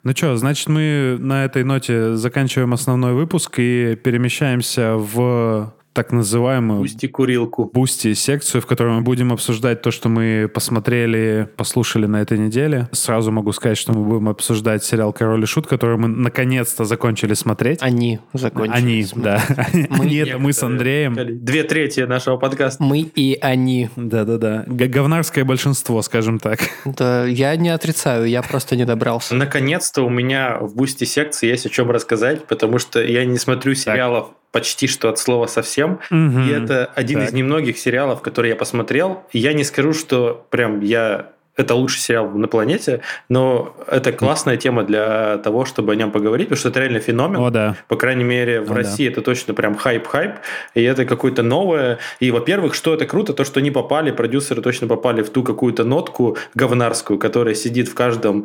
Ну что, значит, мы на этой ноте заканчиваем основной выпуск и перемещаемся в так называемую Бусти-курилку. Бусти-секцию, в которой мы будем обсуждать то, что мы посмотрели, послушали на этой неделе. Сразу могу сказать, что мы будем обсуждать сериал «Король и Шут», который мы наконец-то закончили смотреть. Они закончили смотреть. Да. Это мы с Андреем. 2/3 нашего подкаста. Мы и они. Да-да-да. Говнарское большинство, скажем так. Да, я не отрицаю, я просто не добрался. Наконец-то у меня в Бусти-секции есть о чем рассказать, потому что я не смотрю сериалов почти что от слова совсем. И это один из немногих сериалов, которые я посмотрел. И я не скажу, что прям это лучший сериал на планете, но это классная тема для того, чтобы о нем поговорить, потому что это реально феномен. О, да. По крайней мере, в России это точно прям хайп-хайп, и это какое-то новое. И, во-первых, что это круто, то, что они продюсеры точно попали в ту какую-то нотку говнарскую, которая сидит в каждом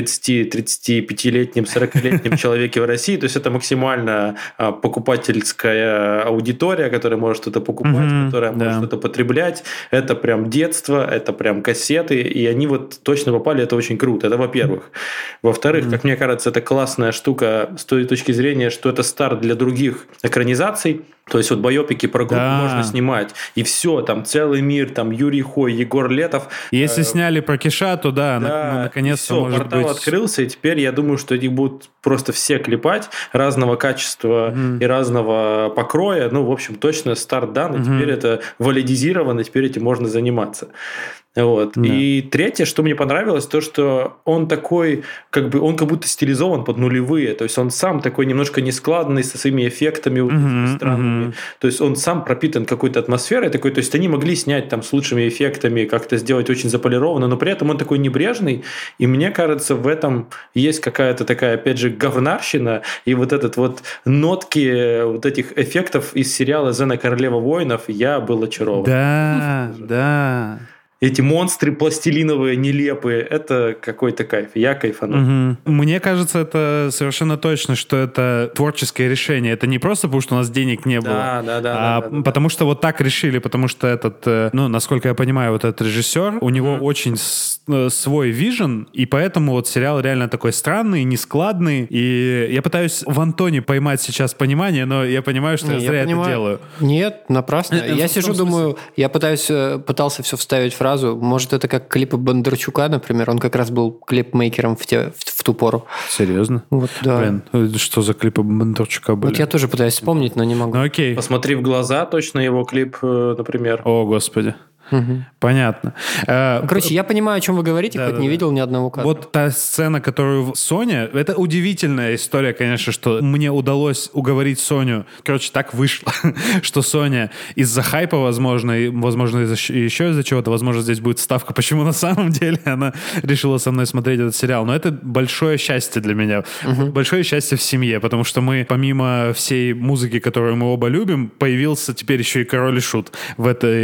30-35-летнем, 40-летнем человеке в России. То есть это максимально покупательская аудитория, которая может что-то покупать, которая может что-то потреблять. Это прям детство, это прям кассеты, и они вот точно попали, это очень круто. Это во-первых. Во-вторых, как мне кажется, это классная штука с той точки зрения, что это старт для других экранизаций. То есть вот байопики про группу можно снимать. И все, там целый мир, там Юрий Хой, Егор Летов. Если сняли про Киша, то наконец-то все, может портал быть... открылся, и теперь я думаю, что их будут просто все клепать разного качества и разного покроя. Ну, в общем, точно старт дан, и теперь это валидизировано, и теперь этим можно заниматься. Вот. Да. И третье, что мне понравилось, то, что он такой, он как будто стилизован под нулевые. То есть он сам такой немножко нескладный, со своими эффектами странными. То есть он сам пропитан какой-то атмосферой такой. То есть они могли снять там с лучшими эффектами, как-то сделать очень заполированно, но при этом он такой небрежный. И мне кажется, в этом есть какая-то такая, опять же, говнарщина. И вот этот вот нотки вот этих эффектов из сериала «Зена Королева воинов» я был очарован. Да. Эти монстры пластилиновые, нелепые, это какой-то кайф. Я кайфанул. Мне кажется, это совершенно точно, что это творческое решение. Это не просто потому, что у нас денег не было, потому что вот так решили, потому что этот, насколько я понимаю, вот этот режиссер, у него очень свой вижен, и поэтому вот сериал реально такой странный, нескладный. И я пытаюсь в Антоне поймать сейчас понимание, но я понимаю, что я зря это делаю. Нет, напрасно. Я сижу, думаю, я пытался все вставить в фразу. Может, это как клипы Бондарчука, например. Он как раз был клипмейкером в ту пору. Серьезно? Вот, да. Блин, что за клипы Бондарчука были? Вот я тоже пытаюсь вспомнить, но не могу. Ну, окей. «Посмотри в глаза», точно его клип, например. О, Господи. Понятно. Короче, я понимаю, о чем вы говорите, хоть не видел ни одного кадра. Вот та сцена, которую в Соня, это удивительная история, конечно, что мне удалось уговорить Соню. Короче, так вышло, что Соня из-за хайпа, возможно, еще из-за чего-то, возможно, здесь будет ставка, почему на самом деле она решила со мной смотреть этот сериал. Но это большое счастье для меня. Большое счастье в семье, потому что мы, помимо всей музыки, которую мы оба любим, появился теперь еще и «Король и Шут» в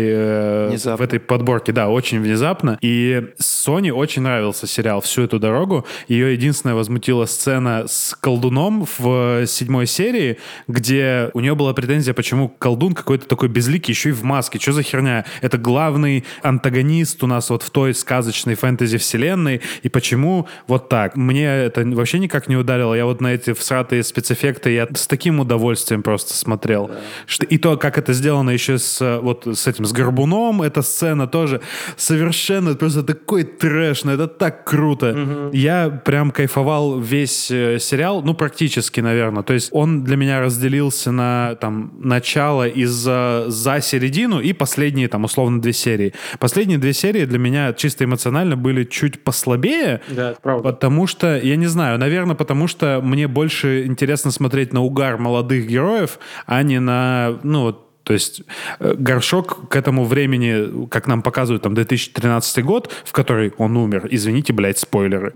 этой подборке. Да, очень внезапно. И Соне очень нравился сериал всю эту дорогу. Ее единственная возмутила сцена с колдуном в 7 серии, где у нее была претензия, почему колдун какой-то такой безликий, еще и в маске. Что за херня? Это главный антагонист у нас вот в той сказочной фэнтези-вселенной. И почему вот так? Мне это вообще никак не ударило. Я вот на эти всратые спецэффекты я с таким удовольствием просто смотрел. Да. И то, как это сделано еще с этим, с горбуном, эта сцена тоже совершенно просто такой трэш, но это так круто. Я прям кайфовал весь сериал, практически, наверное. То есть он для меня разделился на начало за середину и последние, условно, 2 серии. Последние 2 серии для меня чисто эмоционально были чуть послабее. Да, это правда. Потому что, я не знаю, наверное, потому что мне больше интересно смотреть на угар молодых героев, а не на, то есть Горшок к этому времени, как нам показывают, 2013 год, в который он умер. Извините, блядь, спойлеры.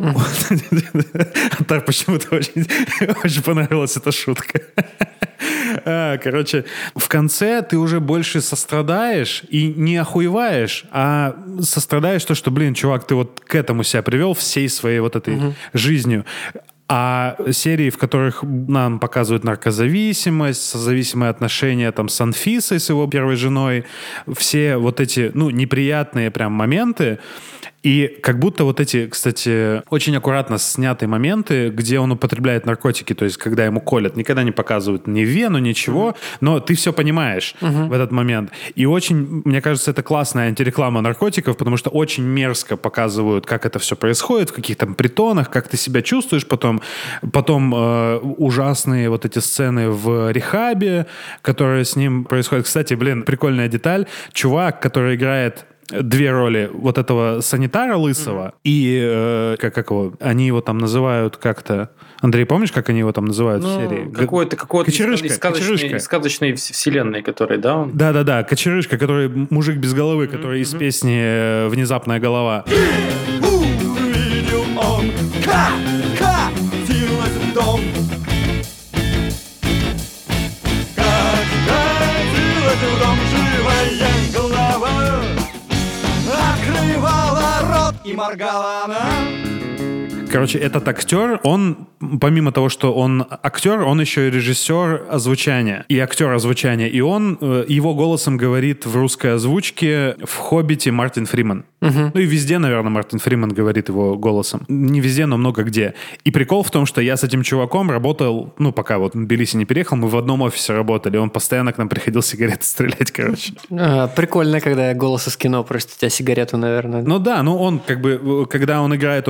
Так почему-то очень понравилась эта шутка. Короче, в конце ты уже больше сострадаешь и не охуеваешь, а сострадаешь то, что, чувак, ты вот к этому себя привел всей своей вот этой жизнью. А серии, в которых нам показывают наркозависимость, созависимые отношения с Анфисой, с его первой женой, все вот эти, неприятные прям моменты, И как будто вот эти, кстати, очень аккуратно снятые моменты, где он употребляет наркотики, то есть когда ему колят, никогда не показывают ни вену, ничего, но ты все понимаешь в этот момент. И очень, мне кажется, это классная антиреклама наркотиков, потому что очень мерзко показывают, как это все происходит, в каких-то притонах, как ты себя чувствуешь потом ужасные вот эти сцены в рехабе, которые с ним происходят. Кстати, прикольная деталь. Чувак, который играет две роли вот этого санитара лысого и как его, они его там называют как-то. Андрей, помнишь, как они его там называют в серии? Какой-то из сказочной вселенной, который, да? Он? Да, Кочерышка, который мужик без головы, который из песни «Внезапная голова». Увидел он, катилась в дом. Катилась в дом живая голова. Открывала рот и моргала она. Короче, этот актер, он, помимо того, что он актер, он еще и режиссер озвучания. И актер озвучания. И он его голосом говорит в русской озвучке в «Хоббите» Мартин Фриман. Ну и везде, наверное, Мартин Фриман говорит его голосом. Не везде, но много где. И прикол в том, что я с этим чуваком работал, пока вот Тбилиси не переехал, мы в одном офисе работали. Он постоянно к нам приходил сигареты стрелять, короче. Прикольно, когда голос из кино просит у тебя сигарету, наверное. Ну да, он как бы, когда он играет,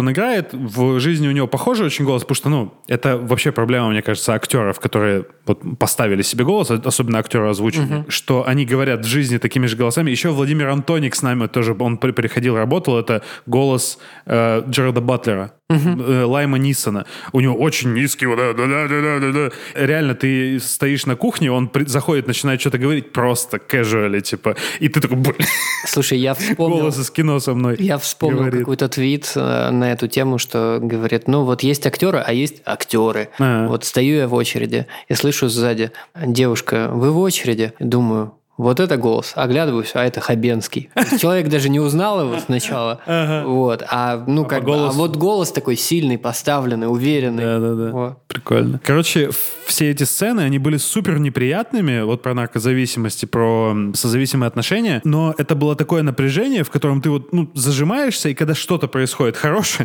в жизни у него похожий очень голос, потому что, это вообще проблема, мне кажется, актеров, которые вот поставили себе голос, особенно актеры озвучения, что они говорят в жизни такими же голосами. Еще Владимир Антоник с нами тоже, он приходил, работал, это голос Джерарда Батлера. Лайма Нисона. У него очень низкий да. Реально, ты стоишь на кухне, он заходит, начинает что-то говорить просто casually, типа, и ты такой, Слушай, я вспомнил... Голос из кино со мной. Я вспомнил какой-то твит на эту тему, что говорит, вот есть актеры, а есть актеры. Вот стою я в очереди и слышу сзади: девушка, вы в очереди? Думаю, вот это голос. Оглядываюсь, а это Хабенский. Человек даже не узнал его сначала. Вот. Вот голос такой сильный, поставленный, уверенный. Да. Вот. Прикольно. Короче, все эти сцены, они были супер неприятными, вот про наркозависимость и про созависимые отношения, но это было такое напряжение, в котором ты зажимаешься, и когда что-то происходит хорошее,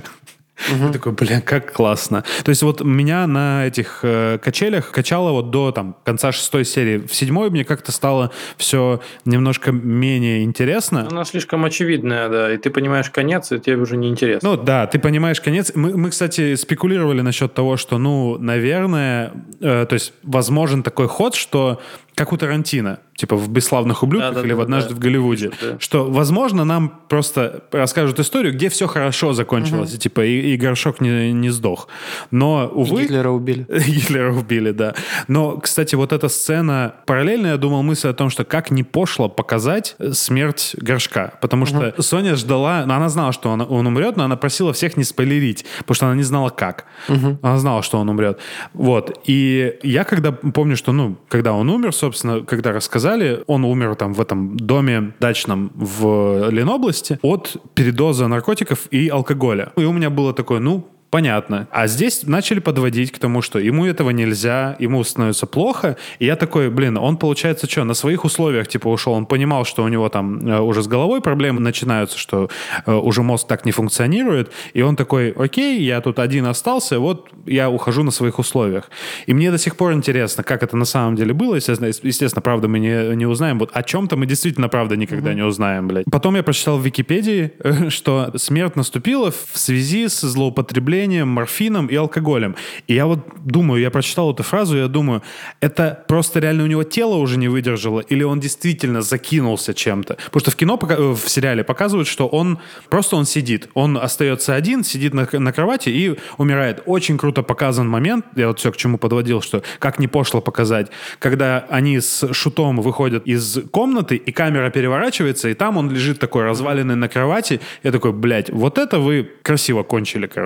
ты такой, как классно. То есть вот меня на этих качелях качало вот до конца 6 серии. В 7 мне как-то стало все немножко менее интересно. Она слишком очевидная, да, и ты понимаешь конец, и тебе уже не интересно. Ну да, ты понимаешь конец. Мы, кстати, спекулировали насчет того, что, наверное, то есть возможен такой ход, что как у Тарантино, типа в «Бесславных ублюдках» или в «Однажды в Голливуде», что, возможно, нам просто расскажут историю, где все хорошо закончилось, и горшок не сдох. Но, увы... И Гитлера убили. Гитлера убили, да. Но, кстати, вот эта сцена... Параллельно я думал мысль о том, что как не пошло показать смерть горшка. Потому что Соня ждала... Она знала, что он умрет, но она просила всех не спойлерить, потому что она не знала, как. Она знала, что он умрет. Вот. И я помню, что, когда он умер, собственно, когда рассказали, он умер в этом доме дачном в Ленобласти от передоза наркотиков и алкоголя. И у меня было такое, понятно. А здесь начали подводить к тому, что ему этого нельзя, ему становится плохо. И я такой, он, получается, на своих условиях, ушел. Он понимал, что у него уже с головой проблемы начинаются, что уже мозг так не фуnkционирует. И он такой, окей, я тут один остался, вот я ухожу на своих условиях. И мне до сих пор интересно, как это на самом деле было. Естественно, правда, мы не узнаем. Вот о чем-то мы действительно, правда, никогда не узнаем, блядь. Потом я прочитал в Википедии, что смерть наступила в связи с злоупотреблением морфином и алкоголем. И я думаю, я прочитал эту фразу, я думаю, это просто реально у него тело уже не выдержало, или он действительно закинулся чем-то. Потому что в кино, в сериале показывают, что он сидит. Он остается один, сидит на кровати и умирает. Очень круто показан момент, я все к чему подводил, что как не пошло показать, когда они с Шутом выходят из комнаты, и камера переворачивается, и там он лежит такой разваленный на кровати. Я такой, вот это вы красиво кончили, короче. То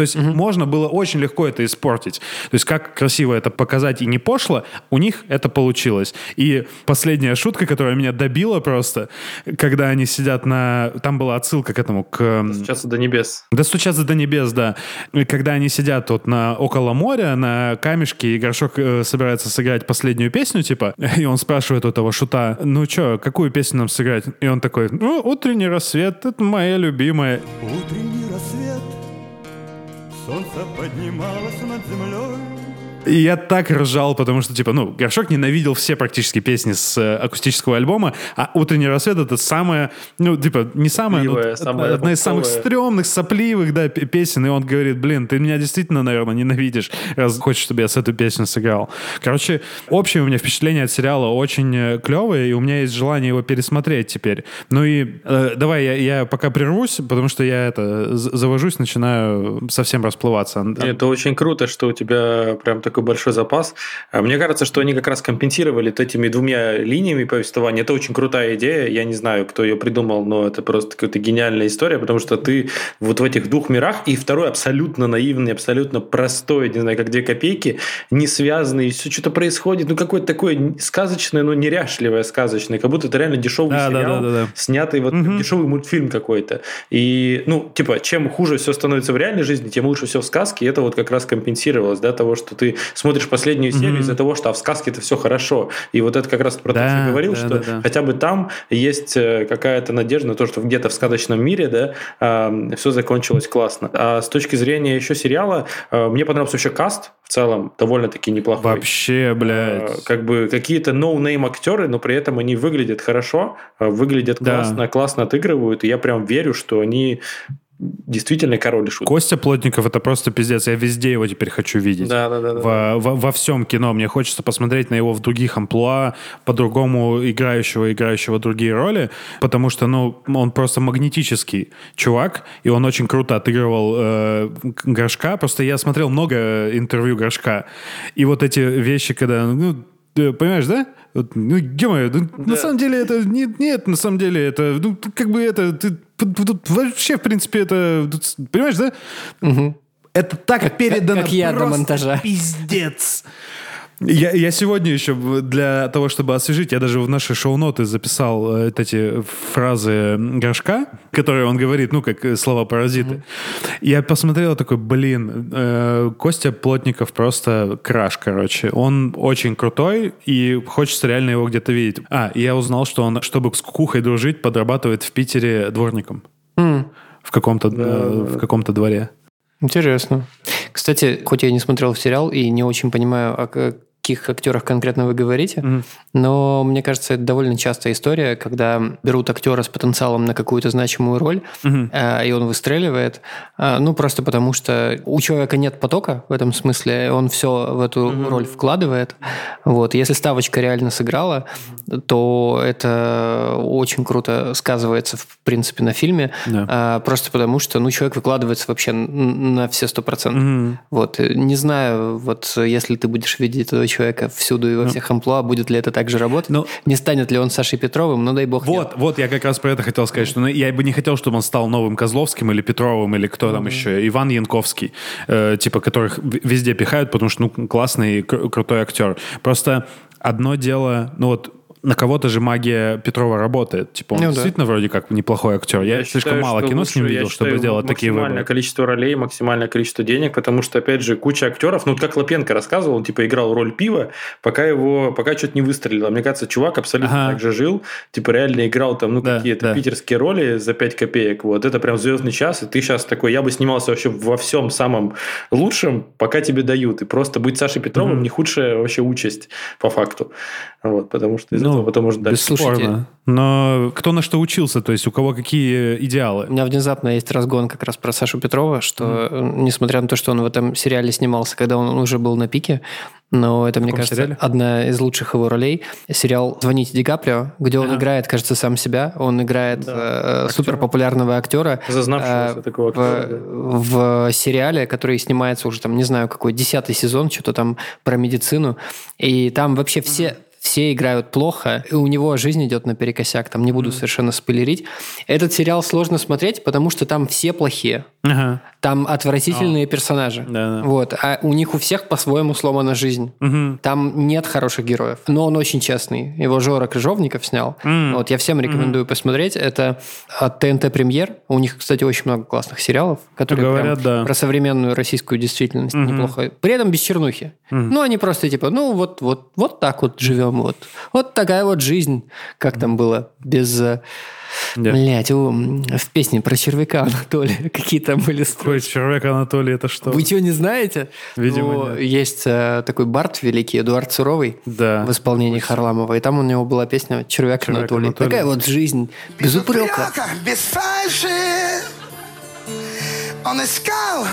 то есть можно было очень легко это испортить. То есть как красиво это показать и не пошло, у них это получилось. И последняя шутка, которая меня добила просто, когда они сидят там была отсылка к этому, к... «Достучаться до небес». «Достучаться до небес», да. И когда они сидят вот около моря, на камешке, и Горшок собирается сыграть последнюю песню, типа, и он спрашивает у этого шута, ну что, какую песню нам сыграть? И он такой, ну, «Утренний рассвет», это моя любимая. Утренний рассвет, солнце поднималось над землей. И я так ржал, потому что, типа, Горшок ненавидел все практически песни с акустического альбома, а «Утренний рассвет» — это самая, не самая, одна из самых стрёмных, сопливых, да, песен. И он говорит, блин, ты меня действительно, наверное, ненавидишь, раз хочешь, чтобы я с эту песню сыграл. Короче, общее у меня впечатление от сериала очень клевое, и у меня есть желание его пересмотреть теперь. Ну и давай я пока прервусь, потому что я завожусь, начинаю совсем расплываться. Это очень круто, что у тебя прям такой большой запас. Мне кажется, что они как раз компенсировали этими двумя линиями повествования. Это очень крутая идея. Я не знаю, кто ее придумал, но это просто какая-то гениальная история, потому что ты вот в этих двух мирах, и второй абсолютно наивный, абсолютно простой, не знаю, как 2 копейки, не связанный, все что-то происходит, какое-то такое сказочное, но неряшливое сказочное, как будто это реально дешевый сериал, снятый дешевый мультфильм какой-то. И, чем хуже все становится в реальной жизни, тем лучше все в сказке, и это вот как раз компенсировалось, да, того, что ты смотришь последнюю серию из-за того, что в сказке-то все хорошо. И вот это как раз про то, что я говорил, что хотя бы там есть какая-то надежда на то, что где-то в сказочном мире, да, все закончилось классно. А с точки зрения еще сериала, мне понравился вообще каст в целом довольно-таки неплохой. Вообще, блядь. Как бы какие-то no-name актеры, но при этом они выглядят хорошо, выглядят классно отыгрывают, и я прям верю, что они действительно король и шут. Костя Плотников — это просто пиздец. Я везде его теперь хочу видеть. Да. Во всем кино. Мне хочется посмотреть на его в других амплуа, по-другому играющего другие роли, потому что, он просто магнетический чувак, и он очень круто отыгрывал Горшка. Просто я смотрел много интервью Горшка, и вот эти вещи, когда... понимаешь, да? На самом деле это... Нет, на самом деле это... вообще, в принципе, это... Понимаешь, да? Угу. Это так передано. Как я до монтажа. Пиздец. Я сегодня еще для того, чтобы освежить, я даже в наши шоу-ноты записал эти фразы Горшка, которые он говорит, как слова-паразиты. Я посмотрел такой, Костя Плотников просто краш, короче. Он очень крутой, и хочется реально его где-то видеть. Я узнал, что он, чтобы с кукухой дружить, подрабатывает в Питере дворником. В каком-то дворе. Интересно. Кстати, хоть я не смотрел сериал и не очень понимаю, о каких актерах конкретно вы говорите, но мне кажется, это довольно частая история, когда берут актера с потенциалом на какую-то значимую роль, и он выстреливает, просто потому что у человека нет потока в этом смысле, он все в эту роль вкладывает. Вот. Если ставочка реально сыграла, то это очень круто сказывается, в принципе, на фильме, просто потому что человек выкладывается вообще на все 100%. Вот. Не знаю, если ты будешь видеть этого человека всюду и во всех амплуа, будет ли это так же работать? Не станет ли он Сашей Петровым? Дай бог. Вот, я как раз про это хотел сказать, что я бы не хотел, чтобы он стал новым Козловским или Петровым, или кто там еще, Иван Янковский, которых везде пихают, потому что, классный и крутой актер. Просто одно дело, на кого-то же магия Петрова работает. Он действительно вроде как неплохой актер. Я слишком мало кино с ним видел, чтобы делать такие выборы. Максимальное количество ролей, максимальное количество денег, потому что, опять же, куча актеров, как Лапенко рассказывал, он играл роль пива, пока что-то не выстрелило. Мне кажется, чувак абсолютно так же жил, реально играл там, какие-то питерские роли за 5 копеек. Вот это прям звездный час, и ты сейчас такой, я бы снимался вообще во всем самом лучшем, пока тебе дают. И просто быть Сашей Петровым не худшая вообще участь по факту. Вот, потому что из этого потом может дальше. Бесспорно. Но кто на что учился, то есть у кого какие идеалы? У меня внезапно есть разгон как раз про Сашу Петрова, что несмотря на то, что он в этом сериале снимался, когда он уже был на пике, но это, мне кажется, сериале? Одна из лучших его ролей. Сериал «Звоните Ди Каприо», где он играет, кажется, сам себя. Он играет суперпопулярного актера. Зазнавшегося такого актера. В сериале, который снимается уже, не знаю, какой 10-й сезон, что-то там про медицину. И там вообще все играют плохо, и у него жизнь идет наперекосяк, там не буду совершенно спойлерить. Этот сериал сложно смотреть, потому что там все плохие. Ага. Там отвратительные персонажи. Да. Вот. А у них у всех по-своему сломана жизнь. Там нет хороших героев. Но он очень честный. Его Жора Крыжовников снял. Вот, я всем рекомендую посмотреть. Это от ТНТ Премьер. У них, кстати, очень много классных сериалов, которые говорят, прям про современную российскую действительность неплохо. При этом без чернухи. Ну, они просто типа, ну, вот так вот живем. Вот такая вот жизнь. Как там было? Без... Блять, в песне про червяка Анатолия какие там были Какой червяк Анатолий, это что? Вы что, не знаете? Видимо, нет. Есть такой бард великий, Эдуард Суровый, в исполнении Харламова, и там у него была песня «Червяк Анатолий». Такая вот жизнь, без упрека. Без фальши. Он искал,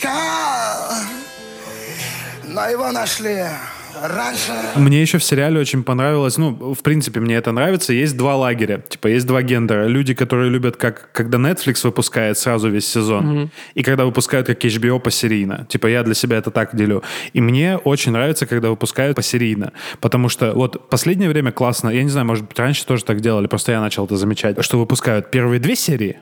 но его нашли раньше. Мне еще в сериале очень понравилось, в принципе, мне это нравится, есть два лагеря, типа, есть два гендера. Люди, которые любят, когда Netflix выпускает сразу весь сезон, и когда выпускают как HBO посерийно. Типа, я для себя это так делю. И мне очень нравится, когда выпускают посерийно, потому что вот последнее время классно, я не знаю, может быть, раньше тоже так делали, просто я начал это замечать, что выпускают первые 2 серии,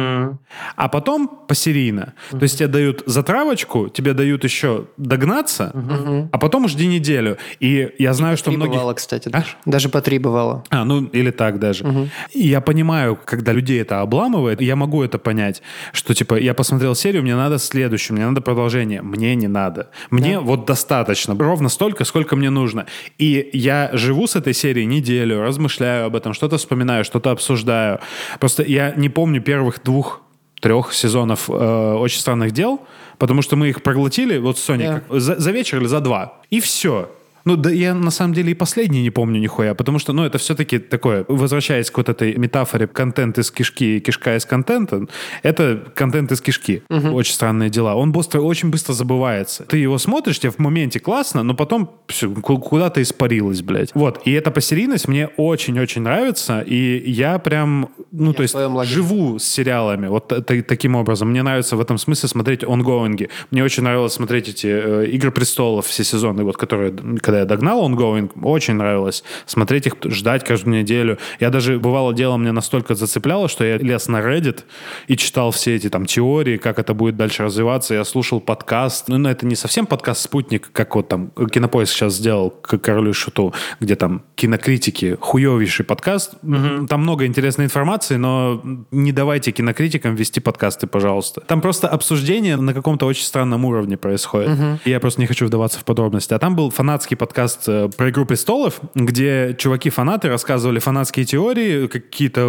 а потом посерийно. То есть тебе дают затравочку, тебе дают еще догнаться, а потом жди неделю. И я знаю, что многих... бывало, кстати, даже по 3 бывало. Или так даже. И я понимаю, когда людей это обламывает, я могу это понять, что, типа, я посмотрел серию, мне надо следующую, мне надо продолжение. Мне не надо. Мне вот достаточно. Ровно столько, сколько мне нужно. И я живу с этой серией неделю, размышляю об этом, что-то вспоминаю, что-то обсуждаю. Просто я не помню первых 2-3 сезонов «Очень странных дел», потому что мы их проглотили, вот с Соней, за вечер или за 2. И все. Я на самом деле и последний не помню нихуя, потому что, это все-таки такое, возвращаясь к вот этой метафоре контент из кишки и кишка из контента, это контент из кишки. Очень странные дела. Он очень быстро забывается. Ты его смотришь, тебе в моменте классно, но потом все, куда-то испарилось, блядь. Вот. И эта посерийность мне очень-очень нравится, и я прям, то есть живу с сериалами вот таким образом. Мне нравится в этом смысле смотреть онгоинги. Мне очень нравилось смотреть эти «Игры престолов», все сезоны, вот, которые... Когда я догнал ongoing, очень нравилось смотреть их, ждать каждую неделю. Я даже, бывало дело, мне настолько зацепляло, что я лез на Reddit и читал все эти там теории, как это будет дальше развиваться. Я слушал подкаст. Это не совсем подкаст «Спутник», как вот там Кинопоиск сейчас сделал к «Королю и Шуту», где там кинокритики, хуевейший подкаст. Там много интересной информации, но не давайте кинокритикам вести подкасты, пожалуйста. Там просто обсуждение на каком-то очень странном уровне происходит. И я просто не хочу вдаваться в подробности. А там был фанатский подкаст про «Игру престолов», где чуваки-фанаты рассказывали фанатские теории, какие-то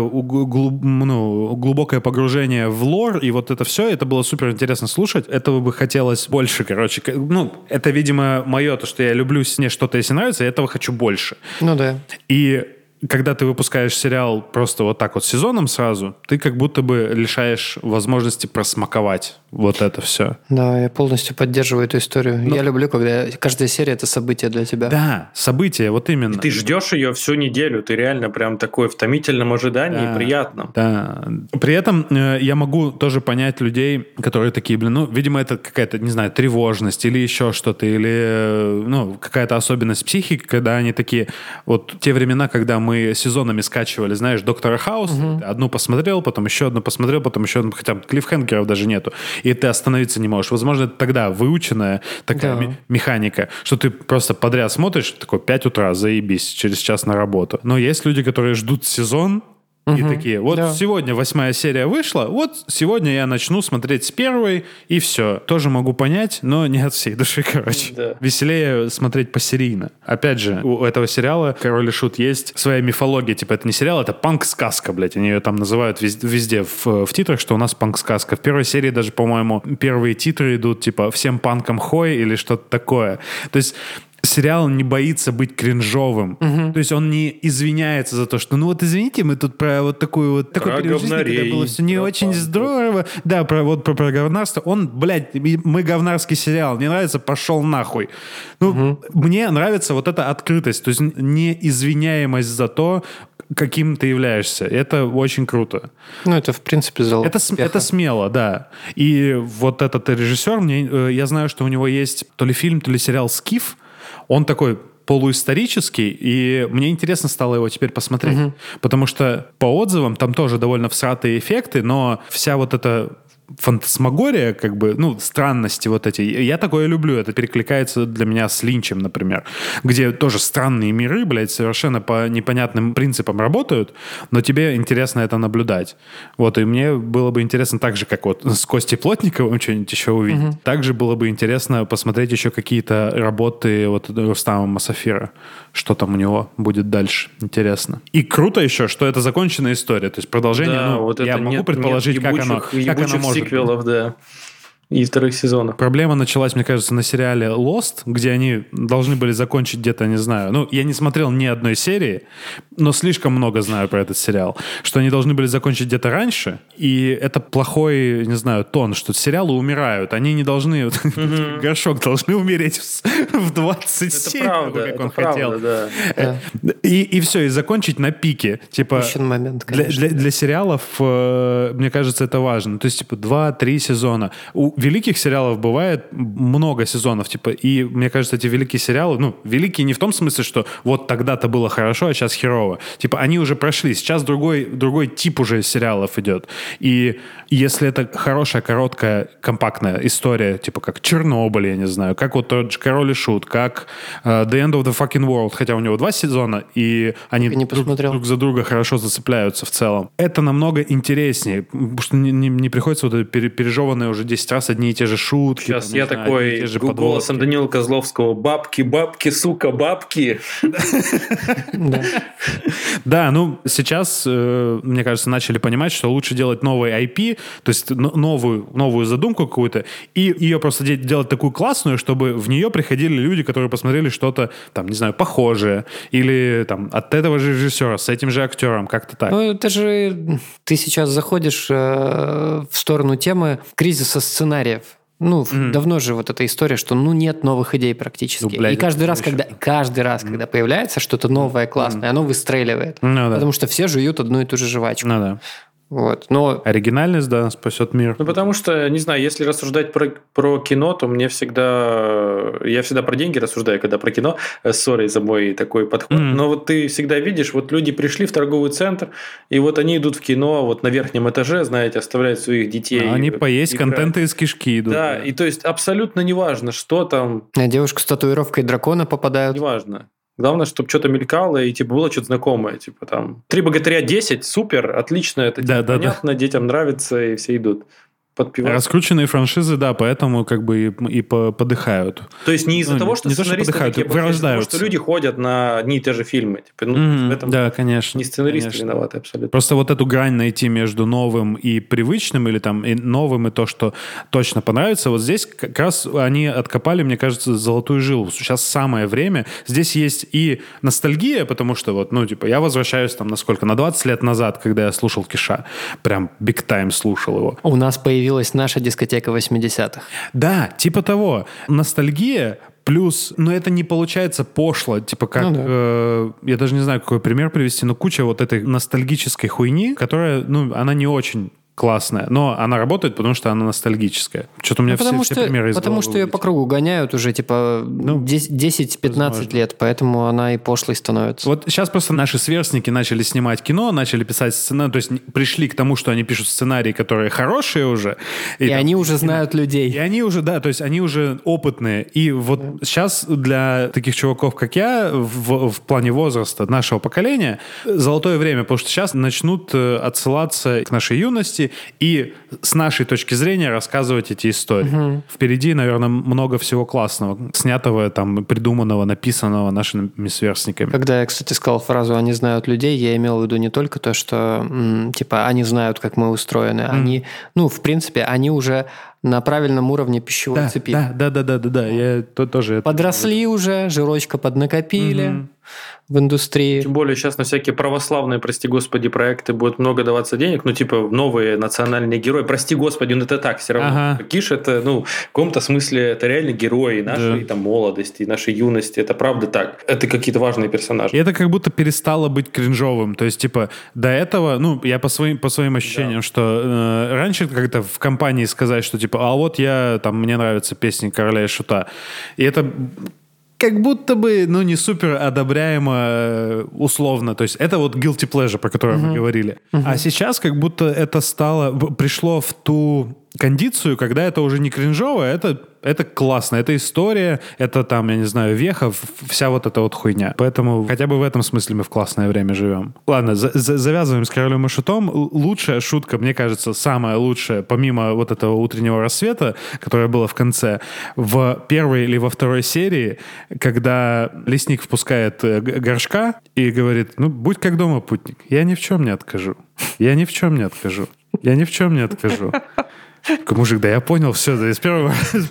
глубокое погружение в лор, и вот это все, это было супер интересно слушать. Этого бы хотелось больше, короче. Это, видимо, мое, то, что я люблю, мне что-то, если нравится, я этого хочу больше. Да. И когда ты выпускаешь сериал просто вот так вот сезоном сразу, ты как будто бы лишаешь возможности просмаковать вот это все. Да, я полностью поддерживаю эту историю. Я люблю, когда каждая серия — это событие для тебя. Да, событие, вот именно. И ты ждешь ее всю неделю, ты реально прям такой в томительном ожидании, приятном. Да. При этом я могу тоже понять людей, которые такие, видимо, это какая-то, не знаю, тревожность или еще что-то, или какая-то особенность психики, когда они такие, вот те времена, когда мы сезонами скачивали, знаешь, «Доктора Хаус», одну посмотрел, потом еще одну посмотрел, потом еще одну, хотя клиффхенгеров даже нету, и ты остановиться не можешь. Возможно, это тогда выученная такая механика, что ты просто подряд смотришь, такой 5 утра, заебись, через час на работу. Но есть люди, которые ждут сезон, и такие, сегодня 8 серия вышла, вот сегодня я начну смотреть с 1, и все. Тоже могу понять, но не от всей души, короче. Да. Веселее смотреть посерийно. Опять же, у этого сериала «Король и Шут» есть своя мифология. Типа, это не сериал, это панк-сказка, блядь. Они ее там называют везде в титрах, что у нас панк-сказка. В первой серии даже, по-моему, первые титры идут, типа, «Всем панкам хой» или что-то такое. То есть сериал не боится быть кринжовым. То есть он не извиняется за то, что извините, мы тут про вот такой период жизни, когда было все не очень здорово. Да, про говнарство. Он, блядь, мы говнарский сериал. Мне нравится, пошел нахуй. Мне нравится вот эта открытость, то есть неизвиняемость за то, каким ты являешься. Это очень круто. Это, в принципе, залог успеха. Это смело, да. И вот этот режиссер, я знаю, что у него есть то ли фильм, то ли сериал «Скиф». Он такой полуисторический, и мне интересно стало его теперь посмотреть. Потому что по отзывам там тоже довольно всратые эффекты, но вся вот эта фантасмагория, как бы, ну, странности вот эти. Я такое люблю. Это перекликается для меня с Линчем, например, где тоже странные миры, блядь, совершенно по непонятным принципам работают, но тебе интересно это наблюдать. Вот, и мне было бы интересно так же, как вот с Костей Плотниковым что-нибудь еще увидеть. Также было бы интересно посмотреть еще какие-то работы вот Рустама Масафира. Что там у него будет дальше. Интересно. И круто еще, что это законченная история. То есть продолжение, Да, ну, вот я это могу предположить, как оно может сиквелов, да. И вторых сезонов. Проблема началась, мне кажется, на сериале Lost, где они должны были закончить где-то, не знаю, ну, я не смотрел ни одной серии, но слишком много знаю про этот сериал, что они должны были закончить где-то раньше, и это плохой, не знаю, тон, что сериалы умирают, они не должны, горшок должны умереть в 27, как он хотел. И все, и закончить на пике. Типа, для сериалов, мне кажется, это важно. То есть, типа, 2-3 сезона. У великих сериалов бывает много сезонов, типа, и мне кажется, эти великие сериалы, ну, великие не в том смысле, что вот тогда-то было хорошо, а сейчас херово. Типа, они уже прошли, сейчас другой тип уже сериалов идет. И если это хорошая, короткая, компактная история, типа, как Чернобыль, я не знаю, как вот тот же Король и Шут, как The End of the Fucking World, хотя у него 2 сезона, и они друг за друга хорошо зацепляются в целом. Это намного интереснее, потому что не приходится вот это пережеванное уже 10 раз одни и те же шутки. Сейчас там, я знаю, такой голосом Данила Козловского: бабки, бабки, сука, бабки. Да, ну сейчас, мне кажется, начали понимать, что лучше делать новый IP, то есть новую задумку какую-то, и ее просто делать такую классную, чтобы в нее приходили люди, которые посмотрели что-то, там, не знаю, похожее, или там от этого же режиссера, с этим же актером, как-то так. Ну, это же ты сейчас заходишь в сторону темы кризиса сценариев. Ну, давно же вот эта история, что нет новых идей практически. Ну, блядь, и каждый раз, когда появляется что-то новое, классное, оно выстреливает. Ну, да. Потому что все жуют одну и ту же жвачку. Ну, да. Вот, но... Оригинальность, да, спасет мир. Ну, потому что, не знаю, если рассуждать про кино, то я всегда про деньги рассуждаю, когда про кино, сори за мой такой подход, но вот ты всегда видишь, вот люди пришли в торговый центр, и вот они идут в кино, вот на верхнем этаже, знаете, оставляют своих детей. Они поесть контента из кишки идут. Да, и то есть абсолютно неважно, что там... Девушку с татуировкой дракона попадают. Неважно. Главное, чтобы что-то мелькало и типа было что-то знакомое. Типа там 3 богатыря 10, супер, отлично, это понятно, детям нравится, и все идут подпевать. Раскрученные франшизы, да, поэтому как бы и подыхают. То есть не из-за того, что сценаристы подыхают, вырождаются. Потому что люди ходят на одни и те же фильмы. Типа, в этом да, конечно. Не сценаристы виноваты абсолютно. Просто вот эту грань найти между новым и привычным, или там и новым, и то, что точно понравится, вот здесь как раз они откопали, мне кажется, золотую жилу. Сейчас самое время. Здесь есть и ностальгия, потому что вот, ну, типа, я возвращаюсь там на сколько? На 20 лет назад, когда я слушал Киша. Прям big time слушал его. У нас появилась наша дискотека 80-х. Да, типа того. Ностальгия плюс, но это не получается пошло, типа как, я даже не знаю, какой пример привести, но куча вот этой ностальгической хуйни, которая, ну, она не очень классная, но она работает, потому что она ностальгическая. Что-то у меня все примеры из Потому что ее по кругу гоняют уже, типа, 10-15 лет, поэтому она и пошлой становится. Вот сейчас просто наши сверстники начали снимать кино, начали писать сценарий, то есть пришли к тому, что они пишут сценарии, которые хорошие уже. И там, они уже знают людей. И они уже, да, то есть они уже опытные. И вот сейчас для таких чуваков, как я, в плане возраста нашего поколения, золотое время, потому что сейчас начнут отсылаться к нашей юности и с нашей точки зрения рассказывать эти истории. Впереди, наверное, много всего классного, снятого, там, придуманного, написанного нашими сверстниками. Когда я, кстати, сказал фразу «они знают людей», я имел в виду не только то, что, типа, они знают, как мы устроены. Они, ну, в принципе, они уже на правильном уровне пищевой цепи. Да. Я тоже подросли уже, жирочка поднакопили в индустрии. Тем более сейчас на всякие православные, прости господи, проекты будет много даваться денег, ну, типа, новые национальные герои. Прости господи, но это так все равно. Киш это, ну, в каком-то смысле, это реально герои нашей там молодости, нашей юности. Это правда так. Это какие-то важные персонажи. И это как будто перестало быть кринжовым. То есть, типа, до этого, ну, я по своим ощущениям, что раньше как-то в компании сказать, что, типа, а вот я, там, мне нравятся песни Короля и Шута. И это как будто бы, ну, не супер одобряемо условно. То есть это вот guilty pleasure, про который мы говорили. А сейчас как будто это пришло в ту кондицию, когда это уже не кринжово, это классно, это история, это там, я не знаю, веха, вся вот эта вот хуйня. Поэтому хотя бы в этом смысле мы в классное время живем. Ладно, завязываем с королем и шутом. Лучшая шутка, мне кажется, самая лучшая, помимо вот этого утреннего рассвета, которое было в конце, в первой или во второй серии, когда лесник впускает горшка и говорит: ну, будь как дома, путник, я ни в чем не откажу. Я ни в чем не откажу. Я ни в чем не откажу. Мужик, да я понял, все, да, с первого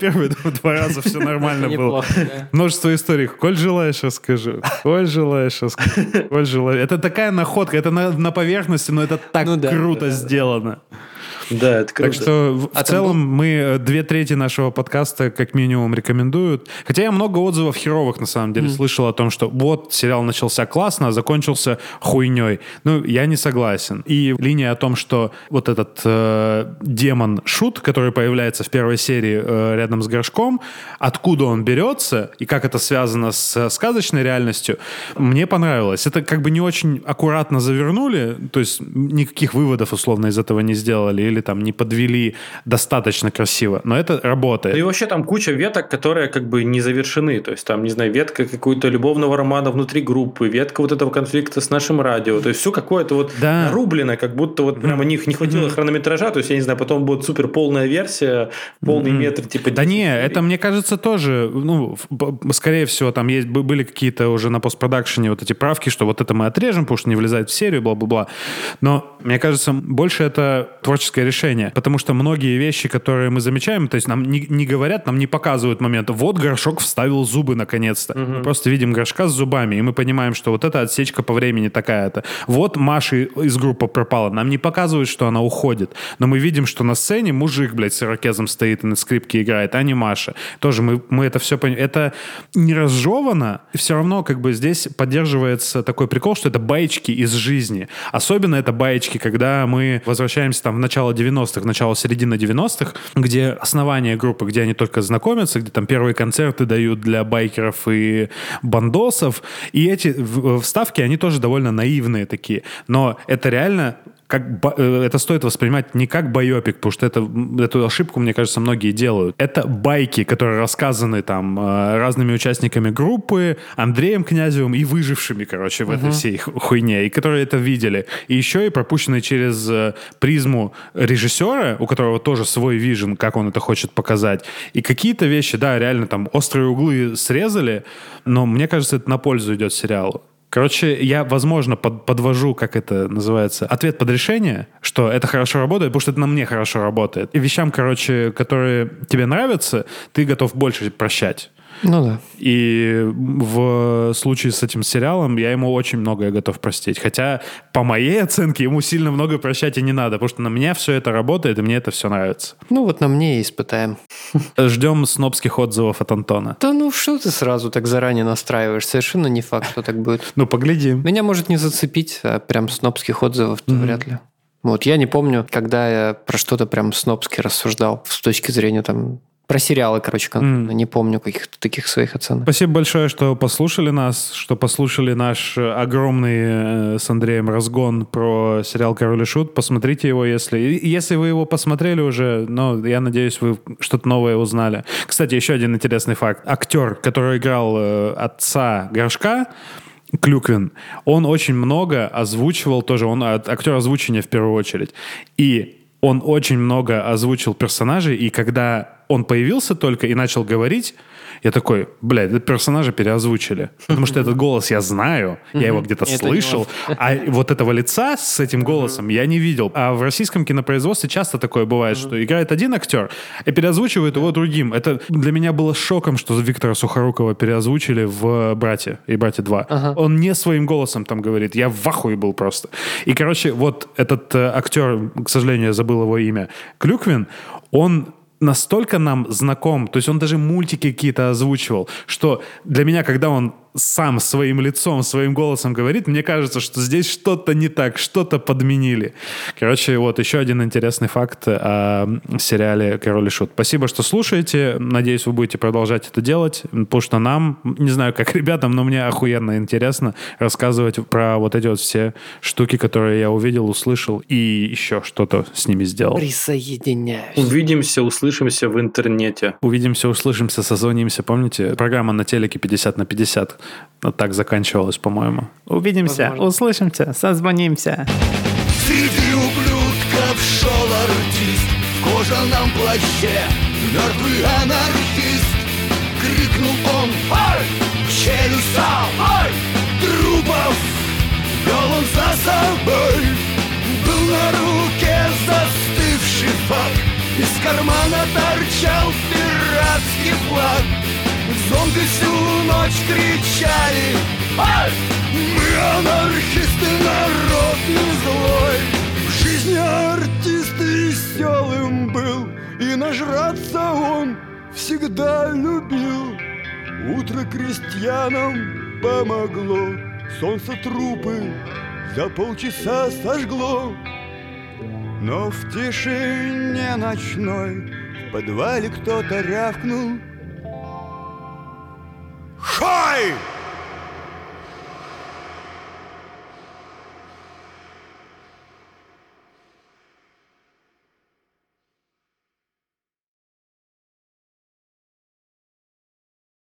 2 раза все нормально было. Множество историй. Коль желаешь, расскажу. Коль желаешь, расскажу. Коль желаешь. Это такая находка, это на поверхности, но это так круто сделано. Да, это круто. Так что в целом мы 2/3 нашего подкаста как минимум рекомендуют. Хотя я много отзывов херовых на самом деле слышал о том, что вот сериал начался классно, а закончился хуйней. Ну, я не согласен. И линия о том, что вот этот демон Шут, который появляется в первой серии рядом с горшком, откуда он берется и как это связано с сказочной реальностью, мне понравилось. Это как бы не очень аккуратно завернули, то есть никаких выводов условно из этого не сделали или там не подвели достаточно красиво, но это работает. И вообще там куча веток, которые как бы не завершены, то есть там, не знаю, ветка какого-то любовного романа внутри группы, ветка вот этого конфликта с нашим радио, то есть все какое-то вот нарублено, как будто вот прямо не хватило хронометража, то есть я не знаю, потом будет супер полная версия, полный метр, типа... Да не, это мне кажется тоже, ну, скорее всего, там были какие-то уже на постпродакшене вот эти правки, что вот это мы отрежем, потому что не влезает в серию, бла-бла-бла, но мне кажется, больше это творческое решение, потому что многие вещи, которые мы замечаем, то есть нам не говорят, нам не показывают момент, вот горшок вставил зубы наконец-то. Мы просто видим горшка с зубами, и мы понимаем, что вот эта отсечка по времени такая-то. Вот Маша из группы пропала. Нам не показывают, что она уходит, но мы видим, что на сцене мужик, блядь, с ирокезом стоит и на скрипке играет, а не Маша. Тоже мы это все понимаем. Это не разжевано, и все равно как бы здесь поддерживается такой прикол, что это баечки из жизни. Особенно это баечки, когда мы возвращаемся там в начало 90-х, начало-середина 90-х, где основание группы, где они только знакомятся, где там первые концерты дают для байкеров и бандосов, и эти вставки, они тоже довольно наивные такие, но это реально это стоит воспринимать не как байопик, потому что эту ошибку, мне кажется, многие делают. Это байки, которые рассказаны там разными участниками группы, Андреем Князевым и выжившими, короче, в этой всей хуйне, и которые это видели. И еще и пропущены через призму режиссера, у которого тоже свой вижен, как он это хочет показать. И какие-то вещи, да, реально там острые углы срезали, но мне кажется, это на пользу идет сериалу. Короче, я, возможно, подвожу, как это называется, ответ под решение, что это хорошо работает, потому что это на мне хорошо работает. И вещам, короче, которые тебе нравятся, ты готов больше прощать. Ну да. И в случае с этим сериалом я ему очень многое готов простить. Хотя, по моей оценке, ему сильно много прощать и не надо, потому что на меня все это работает, и мне это все нравится. Ну вот на мне и испытаем. Ждем снобских отзывов от Антона. Да ну что ты сразу так заранее настраиваешь? Совершенно не факт, что так будет. Ну, поглядим. Меня может не зацепить, а прям снобских отзывов-то вряд ли. Вот, я не помню, когда я про что-то прям снобски рассуждал с точки зрения там... Про сериалы, короче, конкретно. Не помню каких-то таких своих оценок. Спасибо большое, что послушали нас, что послушали наш огромный с Андреем разгон про сериал «Король и Шут». Посмотрите его, если вы его посмотрели уже, но я надеюсь, вы что-то новое узнали. Кстати, еще один интересный факт. Актер, который играл отца Горшка, Клюквин, он очень много озвучивал тоже, он актер озвучения в первую очередь. И он очень много озвучил персонажей, и когда он появился только и начал говорить, я такой, блядь, этот персонажа переозвучили. Потому что этот голос я знаю, я его где-то слышал, а вот этого лица с этим голосом я не видел. А в российском кинопроизводстве часто такое бывает, что играет один актер и переозвучивает его другим. Это для меня было шоком, что Виктора Сухорукова переозвучили в «Брате» и «Брате 2». Он не своим голосом там говорит. Я в ахуе был просто. И, короче, вот этот актер, к сожалению, я забыл его имя, Клюквин, он настолько нам знаком, то есть он даже мультики какие-то озвучивал, что для меня, когда он сам своим лицом, своим голосом говорит, мне кажется, что здесь что-то не так, что-то подменили. Короче, вот еще один интересный факт о сериале «Король и Шут». Спасибо, что слушаете. Надеюсь, вы будете продолжать это делать, потому что нам, не знаю, как ребятам, но мне охуенно интересно рассказывать про вот эти вот все штуки, которые я увидел, услышал и еще что-то с ними сделал. Присоединяюсь. Увидимся, услышимся в интернете. Увидимся, услышимся, созвонимся. Помните, программа на телеке 50/50 вот так заканчивалась, по-моему. Увидимся, Возможно. услышимся, созвонимся. Среди ублюдков шел артист в кожаном плаще, мертвый анархист. Крикнул он: «Ой! Челюсть! Ой! Трупов!» Вел он за собой. Был на руке застывший факт, из кармана торчал пиратский флаг. Зомби всю ночь кричали: «Ай! Мы анархисты, народ не злой!» В жизни артист веселым был, и нажраться он всегда любил. Утро крестьянам помогло, солнце трупы за полчаса сожгло. Но в тишине ночной в подвале кто-то рявкнул: «Хай!